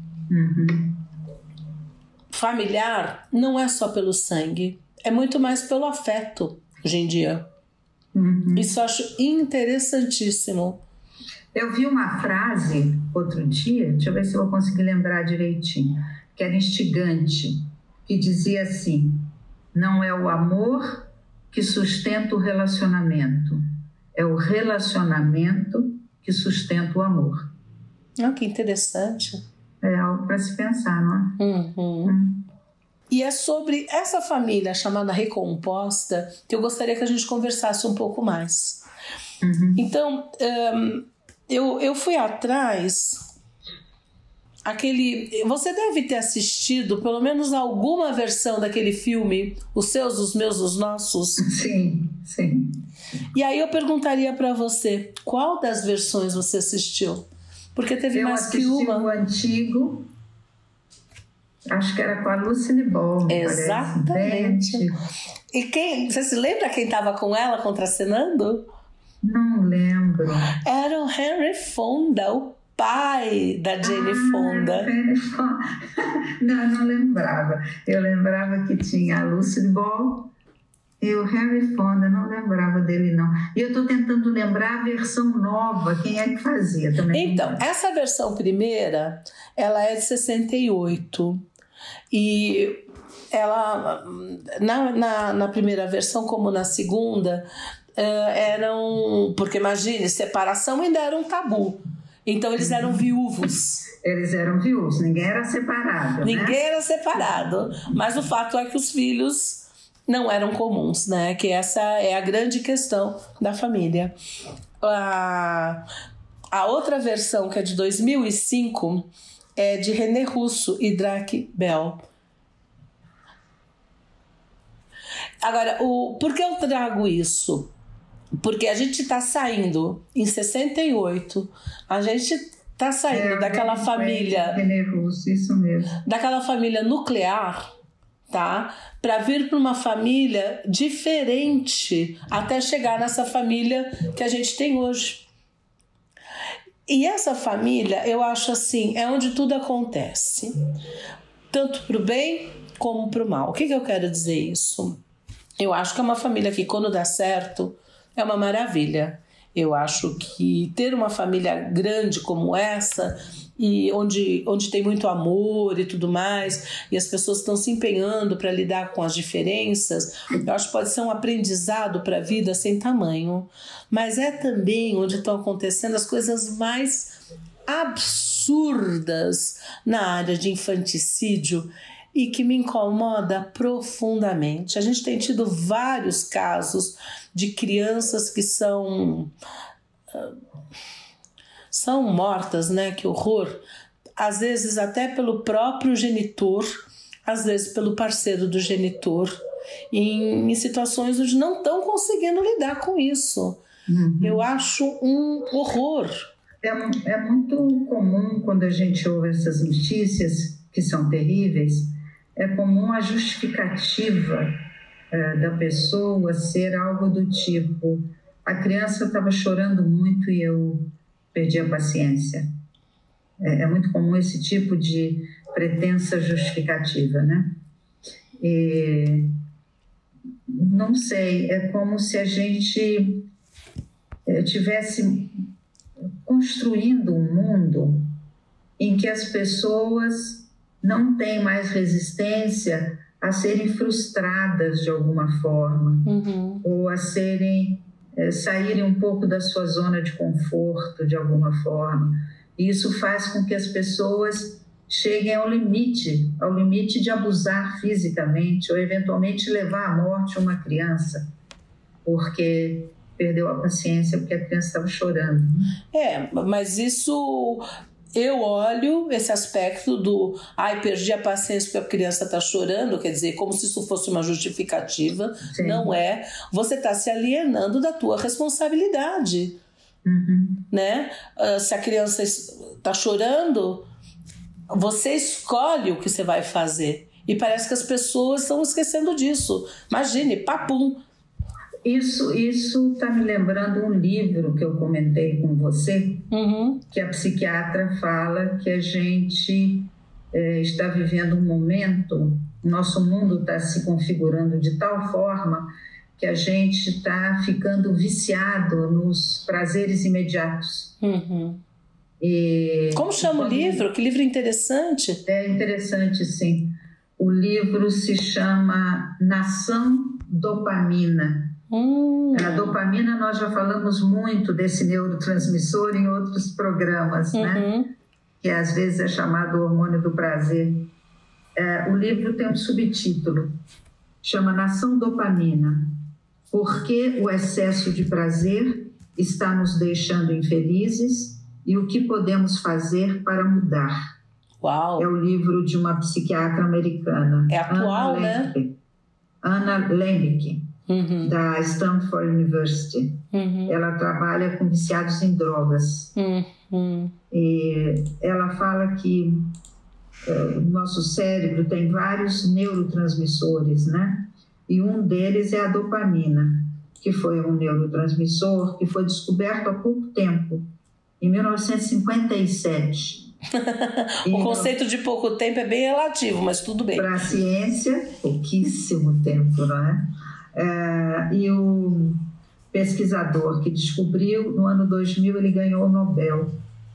Familiar não é só pelo sangue, é muito mais pelo afeto hoje em dia. Isso eu acho interessantíssimo. Eu vi uma frase outro dia, deixa eu ver se eu vou conseguir lembrar direitinho, que era instigante, que dizia assim: não é o amor que sustenta o relacionamento, é o relacionamento que sustenta o amor. Que interessante. É algo para se pensar, não é? E é sobre essa família chamada recomposta que eu gostaria que a gente conversasse um pouco mais. Então, eu fui atrás. Você deve ter assistido pelo menos alguma versão daquele filme, Os Seus, os Meus, os Nossos. Sim. E aí eu perguntaria para você, qual das versões você assistiu? Porque teve mais que uma. Eu assisti o antigo, acho que era com a Lucille Ball. Exatamente. E você se lembra quem estava com ela contracenando? Não lembro. Era o Henry Fonda, o pai da Jane Fonda. Não lembrava. Eu lembrava que tinha a Lucille Ball e o Henry Fonda, não lembrava dele não. E eu estou tentando lembrar a versão nova, quem é que fazia também. Então, essa versão primeira, ela é de 68. E ela, na primeira versão, como na segunda, porque imagine, separação ainda era um tabu. Então eles eram viúvos. Eles eram viúvos, ninguém era separado. Ninguém era separado. Mas o fato é que os filhos não eram comuns, né? Que essa é a grande questão da família. A outra versão, que é de 2005, é de René Russo e Drake Bell. Agora, por que eu trago isso? Porque a gente está saindo em 68, a gente está saindo daquela família. René Russo, isso mesmo. Daquela família nuclear, tá? Para vir para uma família diferente até chegar nessa família que a gente tem hoje. E essa família, eu acho assim, é onde tudo acontece, tanto para o bem como para o mal. O que eu quero dizer isso? Eu acho que é uma família que, quando dá certo, é uma maravilha. Eu acho que ter uma família grande como essa, e onde tem muito amor e tudo mais, e as pessoas estão se empenhando para lidar com as diferenças, eu acho que pode ser um aprendizado para a vida sem tamanho. Mas é também onde estão acontecendo as coisas mais absurdas na área de infanticídio e que me incomoda profundamente. A gente tem tido vários casos de crianças que são mortas, né? Que horror! Às vezes até pelo próprio genitor, às vezes pelo parceiro do genitor, em situações onde não estão conseguindo lidar com isso. Eu acho um horror. É muito comum, quando a gente ouve essas notícias, que são terríveis, é comum a justificativa da pessoa ser algo do tipo: a criança estava chorando muito e eu perdi a paciência. É muito comum esse tipo de pretensa justificativa, né? E, não sei, é como se a gente tivesse construindo um mundo em que as pessoas não têm mais resistência a serem frustradas de alguma forma, ou a saírem um pouco da sua zona de conforto de alguma forma. E isso faz com que as pessoas cheguem ao limite de abusar fisicamente ou eventualmente levar à morte uma criança, porque perdeu a paciência porque a criança estava chorando. Mas isso... Eu olho esse aspecto do perdi a paciência porque a criança está chorando, quer dizer, como se isso fosse uma justificativa. Sim. Não é. Você está se alienando da tua responsabilidade. Né? Se a criança está chorando, você escolhe o que você vai fazer. E parece que as pessoas estão esquecendo disso. Imagine, papum. Isso está me lembrando um livro que eu comentei com você, que a psiquiatra fala que a gente está vivendo um momento, nosso mundo está se configurando de tal forma que a gente está ficando viciado nos prazeres imediatos. Como chama o livro? Que livro interessante. É interessante, sim. O livro se chama Nação Dopamina. A dopamina, nós já falamos muito desse neurotransmissor em outros programas, né? Que às vezes é chamado hormônio do prazer. O livro tem um subtítulo, chama Nação Dopamina. Por que o excesso de prazer está nos deixando infelizes e o que podemos fazer para mudar? Uau! É o livro de uma psiquiatra americana. É atual, né? Anna Lembke. Da Stanford University. Ela trabalha com viciados em drogas. E ela fala que o nosso cérebro tem vários neurotransmissores, né? E um deles é a dopamina, que foi um neurotransmissor que foi descoberto há pouco tempo, em 1957. O conceito de pouco tempo é bem relativo, mas tudo bem. Para a ciência, pouquíssimo tempo, não é? E o pesquisador que descobriu, no ano 2000, ele ganhou o Nobel.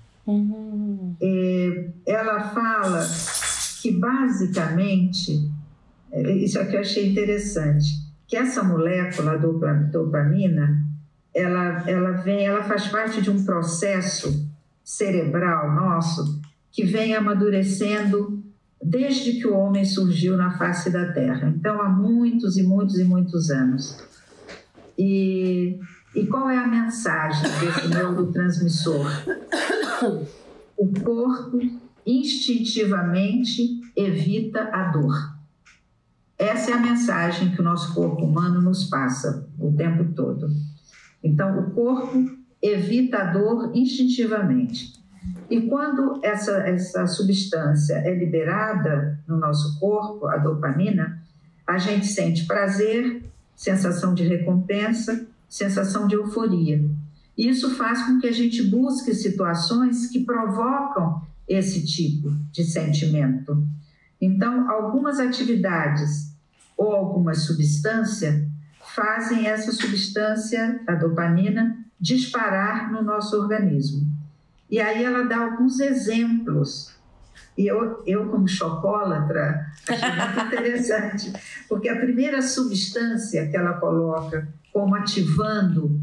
Ela fala que, basicamente, isso aqui eu achei interessante, que essa molécula, a dopamina, ela faz parte de um processo cerebral nosso que vem amadurecendo desde que o homem surgiu na face da Terra. Então, há muitos e muitos e muitos anos. E qual é a mensagem desse neurotransmissor? O corpo instintivamente evita a dor. Essa é a mensagem que o nosso corpo humano nos passa o tempo todo. Então, o corpo evita a dor instintivamente. E quando essa substância é liberada no nosso corpo, a dopamina, a gente sente prazer, sensação de recompensa, sensação de euforia. Isso faz com que a gente busque situações que provocam esse tipo de sentimento. Então, algumas atividades ou alguma substância fazem essa substância, a dopamina, disparar no nosso organismo. E aí ela dá alguns exemplos. E eu como chocólatra, achei muito interessante, porque a primeira substância que ela coloca como ativando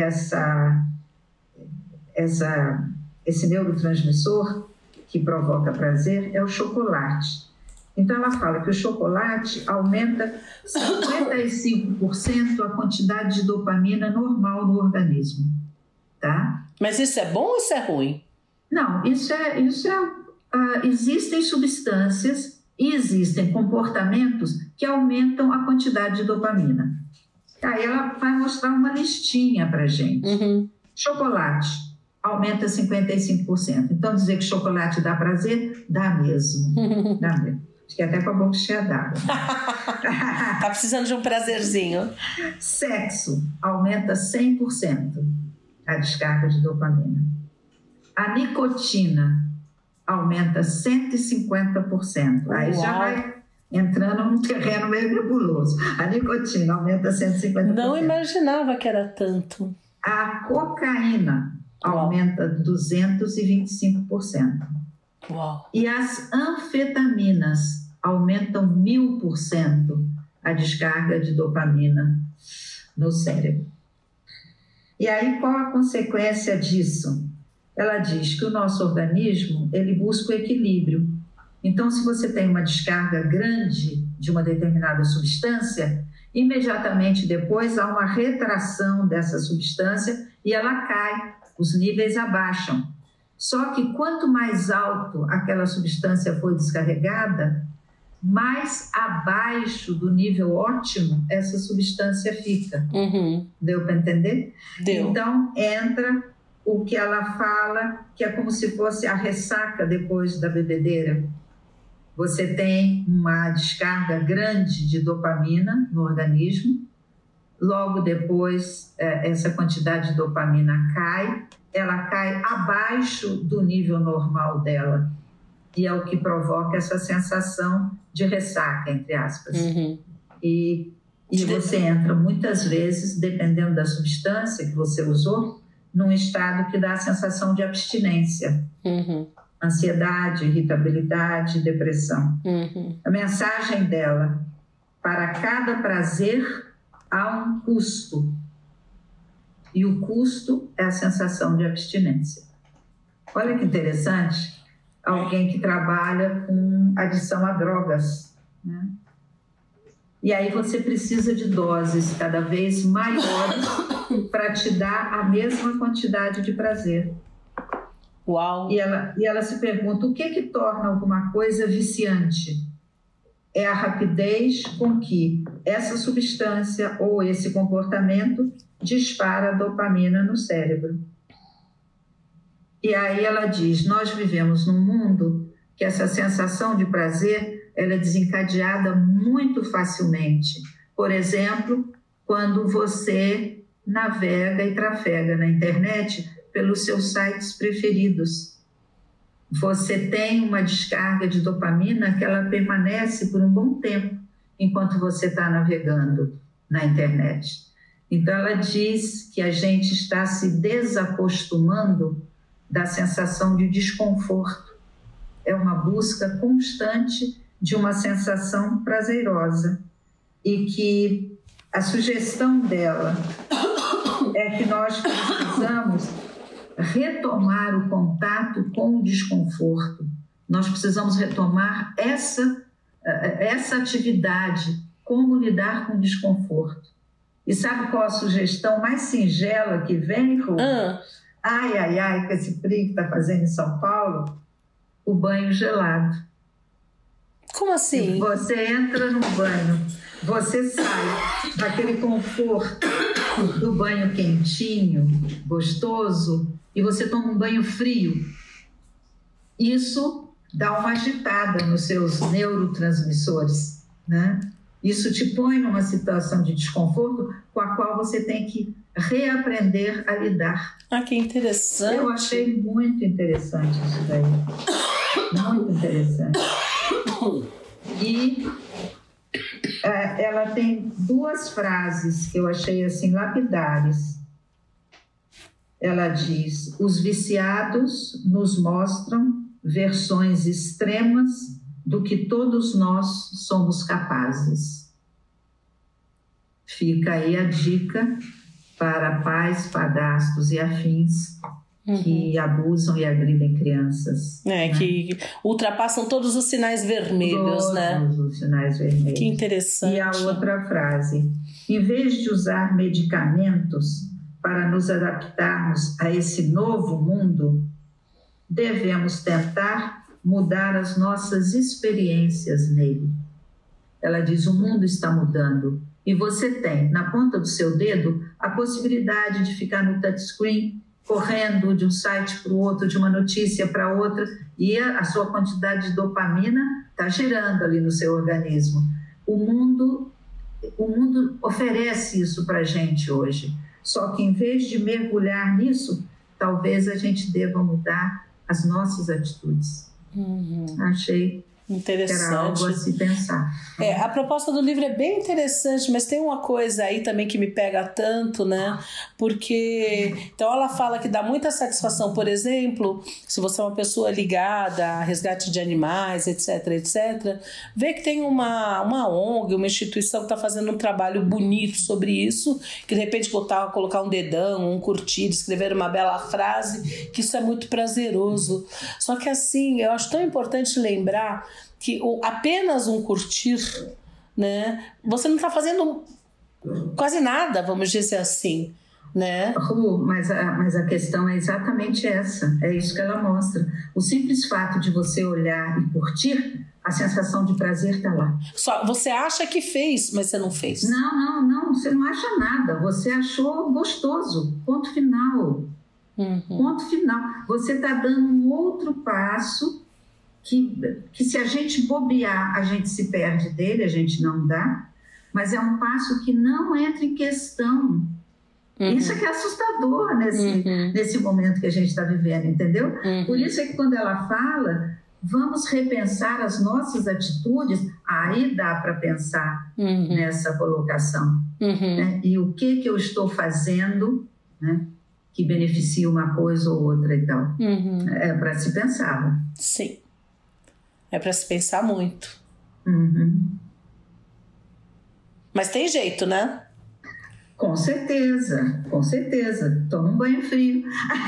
esse neurotransmissor que provoca prazer é o chocolate. Então ela fala que o chocolate aumenta 55% a quantidade de dopamina normal no organismo. Tá? Mas isso é bom ou isso é ruim? Não, existem substâncias e existem comportamentos que aumentam a quantidade de dopamina. Aí ela vai mostrar uma listinha para gente. Chocolate aumenta 55%. Então dizer que chocolate dá prazer, dá mesmo. Dá mesmo. Acho que até com a boca cheia d'água. Tá precisando de um prazerzinho. Sexo aumenta 100%. A descarga de dopamina. A nicotina aumenta 150%. Aí já vai entrando num terreno meio nebuloso. A nicotina aumenta 150%. Não imaginava que era tanto. A cocaína aumenta 225%. Uau. E as anfetaminas aumentam 1000% a descarga de dopamina no cérebro. E aí, qual a consequência disso? Ela diz que o nosso organismo, ele busca o equilíbrio. Então, se você tem uma descarga grande de uma determinada substância, imediatamente depois há uma retração dessa substância e ela cai, os níveis abaixam. Só que quanto mais alto aquela substância foi descarregada, mais abaixo do nível ótimo essa substância fica. Deu para entender? Deu. Então, entra o que ela fala, que é como se fosse a ressaca depois da bebedeira. Você tem uma descarga grande de dopamina no organismo, logo depois essa quantidade de dopamina cai, ela cai abaixo do nível normal dela, e é o que provoca essa sensação de ressaca, entre aspas. E você entra muitas vezes, dependendo da substância que você usou, num estado que dá a sensação de abstinência. Ansiedade, irritabilidade, depressão. A mensagem dela: para cada prazer há um custo. E o custo é a sensação de abstinência. Olha que interessante. Alguém que trabalha com adição a drogas, né? E aí você precisa de doses cada vez maiores para te dar a mesma quantidade de prazer. Uau! E ela se pergunta, o que torna alguma coisa viciante? É a rapidez com que essa substância ou esse comportamento dispara a dopamina no cérebro. E aí ela diz, nós vivemos num mundo que essa sensação de prazer ela é desencadeada muito facilmente. Por exemplo, quando você navega e trafega na internet pelos seus sites preferidos. Você tem uma descarga de dopamina que ela permanece por um bom tempo enquanto você está navegando na internet. Então, ela diz que a gente está se desacostumando da sensação de desconforto. É uma busca constante de uma sensação prazerosa e que a sugestão dela é que nós precisamos retomar o contato com o desconforto. Nós precisamos retomar essa atividade, como lidar com o desconforto. E sabe qual a sugestão mais singela que vem, Rô? Ai, com esse frio que está fazendo em São Paulo, o banho gelado. Como assim? Você entra no banho, você sai daquele conforto do banho quentinho, gostoso, e você toma um banho frio. Isso dá uma agitada nos seus neurotransmissores, né? Isso te põe numa situação de desconforto com a qual você tem que reaprender a lidar. Ah, que interessante. Eu achei muito interessante isso daí. Muito interessante. E ela tem duas frases que eu achei assim lapidares. Ela diz, os viciados nos mostram versões extremas do que todos nós somos capazes. Fica aí a dica para pais, padrastos e afins que abusam e agridem crianças. Né? Que ultrapassam todos os sinais vermelhos, todos, né? Todos os sinais vermelhos. Que interessante. E a outra frase, em vez de usar medicamentos para nos adaptarmos a esse novo mundo, devemos tentar mudar as nossas experiências nele. Ela diz, o mundo está mudando e você tem, na ponta do seu dedo, a possibilidade de ficar no touchscreen, correndo de um site para o outro, de uma notícia para outra, e a sua quantidade de dopamina está girando ali no seu organismo. O mundo oferece isso para a gente hoje. Só que, em vez de mergulhar nisso, talvez a gente deva mudar as nossas atitudes. Achei Interessante. Era algo a se pensar. A proposta do livro é bem interessante, mas tem uma coisa aí também que me pega tanto, né? Porque, então ela fala que dá muita satisfação, por exemplo, se você é uma pessoa ligada a resgate de animais, etc, etc, ver que tem uma ONG, uma instituição que está fazendo um trabalho bonito sobre isso, que de repente colocar um dedão, um curtir, escrever uma bela frase, que isso é muito prazeroso. Só que assim, eu acho tão importante lembrar que apenas um curtir, né? Você não está fazendo quase nada, vamos dizer assim, né? Mas a questão é exatamente essa, é isso que ela mostra. O simples fato de você olhar e curtir, a sensação de prazer está lá. Só você acha que fez, mas você não fez. Não, você não acha nada, você achou gostoso, ponto final. Ponto final. Você está dando um outro passo que se a gente bobear, a gente se perde dele, a gente não dá, mas é um passo que não entra em questão. Isso é que é assustador nesse momento que a gente está vivendo, entendeu? Por isso é que quando ela fala, vamos repensar as nossas atitudes, aí dá para pensar nessa colocação. Né? E o que eu estou fazendo, né, que beneficia uma coisa ou outra e tal. É para se pensar. Sim. É para se pensar muito. Mas tem jeito, né? Com certeza. Toma um banho frio.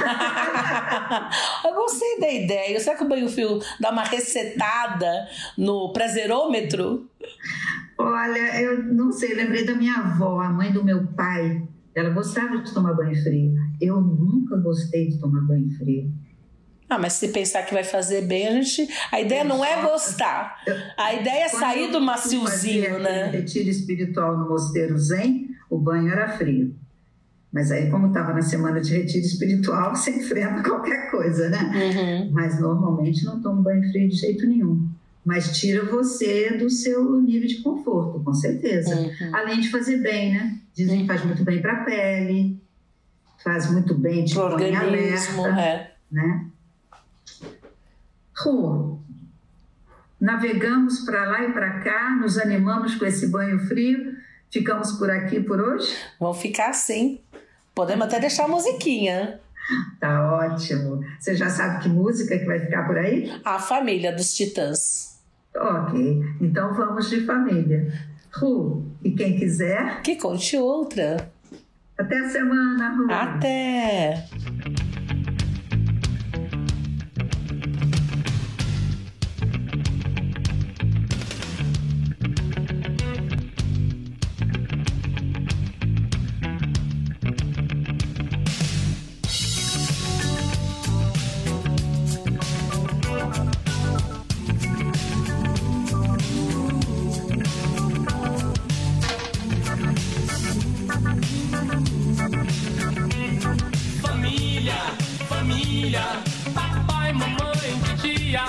Eu gostei da ideia. Será que o banho frio dá uma resetada no prazerômetro? Olha, eu não sei, lembrei da minha avó, a mãe do meu pai. Ela gostava de tomar banho frio. Eu nunca gostei de tomar banho frio. Mas se pensar que vai fazer bem, a ideia não é gostar. A ideia é sair do maciozinho, né? Retiro espiritual no Mosteiro Zen, o banho era frio. Mas aí, como estava na semana de retiro espiritual, você enfrenta qualquer coisa, né? Mas normalmente não tomo banho frio de jeito nenhum. Mas tira você do seu nível de conforto, com certeza. Além de fazer bem, né? Dizem que faz muito bem para a pele, faz muito bem, te põe em alerta, né? Navegamos para lá e para cá, nos animamos com esse banho frio, ficamos por aqui por hoje? Vamos ficar assim. Podemos até deixar a musiquinha. Tá ótimo. Você já sabe que música que vai ficar por aí? A Família dos Titãs. Ok, então vamos de Família. E quem quiser... Que conte outra. Até a semana, Ru. Até! Papai, mamãe, titia,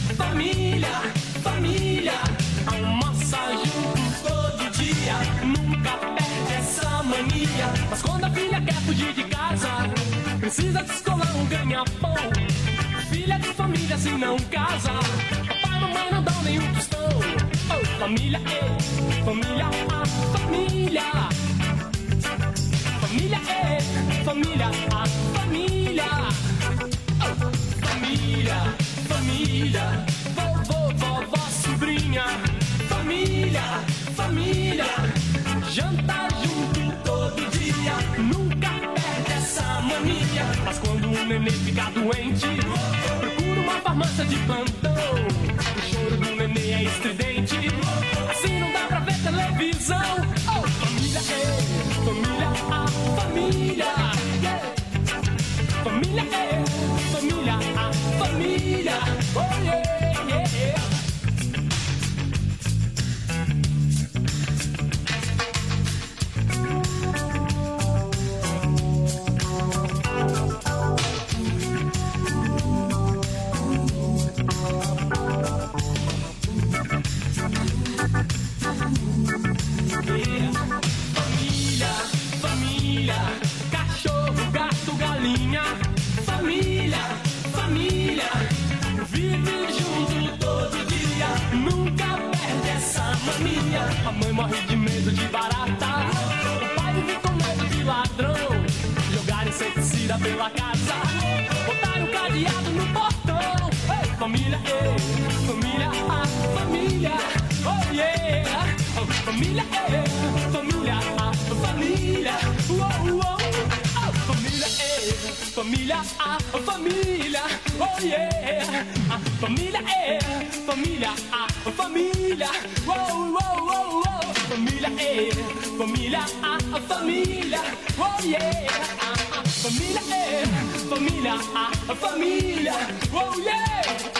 família, almoça junto todo dia, nunca perde essa mania. Mas quando a filha quer fugir de casa, precisa descolar um ganha-pão. Filha de família se não casa, papai e mamãe não dão nenhum tostão. Família, família, a família. Família, família, a família. Família, vovô, vovó, sobrinha. Família, janta junto todo dia, nunca perde essa mania. Mas quando um neném fica doente, procura uma farmácia de plantão. O choro do neném é estridente, assim não dá pra ver televisão. Família, a família. Família, a família. Oh, yeah, yeah. mãe morre de medo de barata. O pai vive com medo de ladrão. Jogar inseticida pela casa. Botar um cadeado no portão. Ei, família, família, família. Oh yeah. Família, família, família. Uou, uou. Família, família, família. Oh yeah. Família, família, família. Uou, uou, uou, uou. Família, família, família. Oh yeah. Família, família, família. Oh yeah.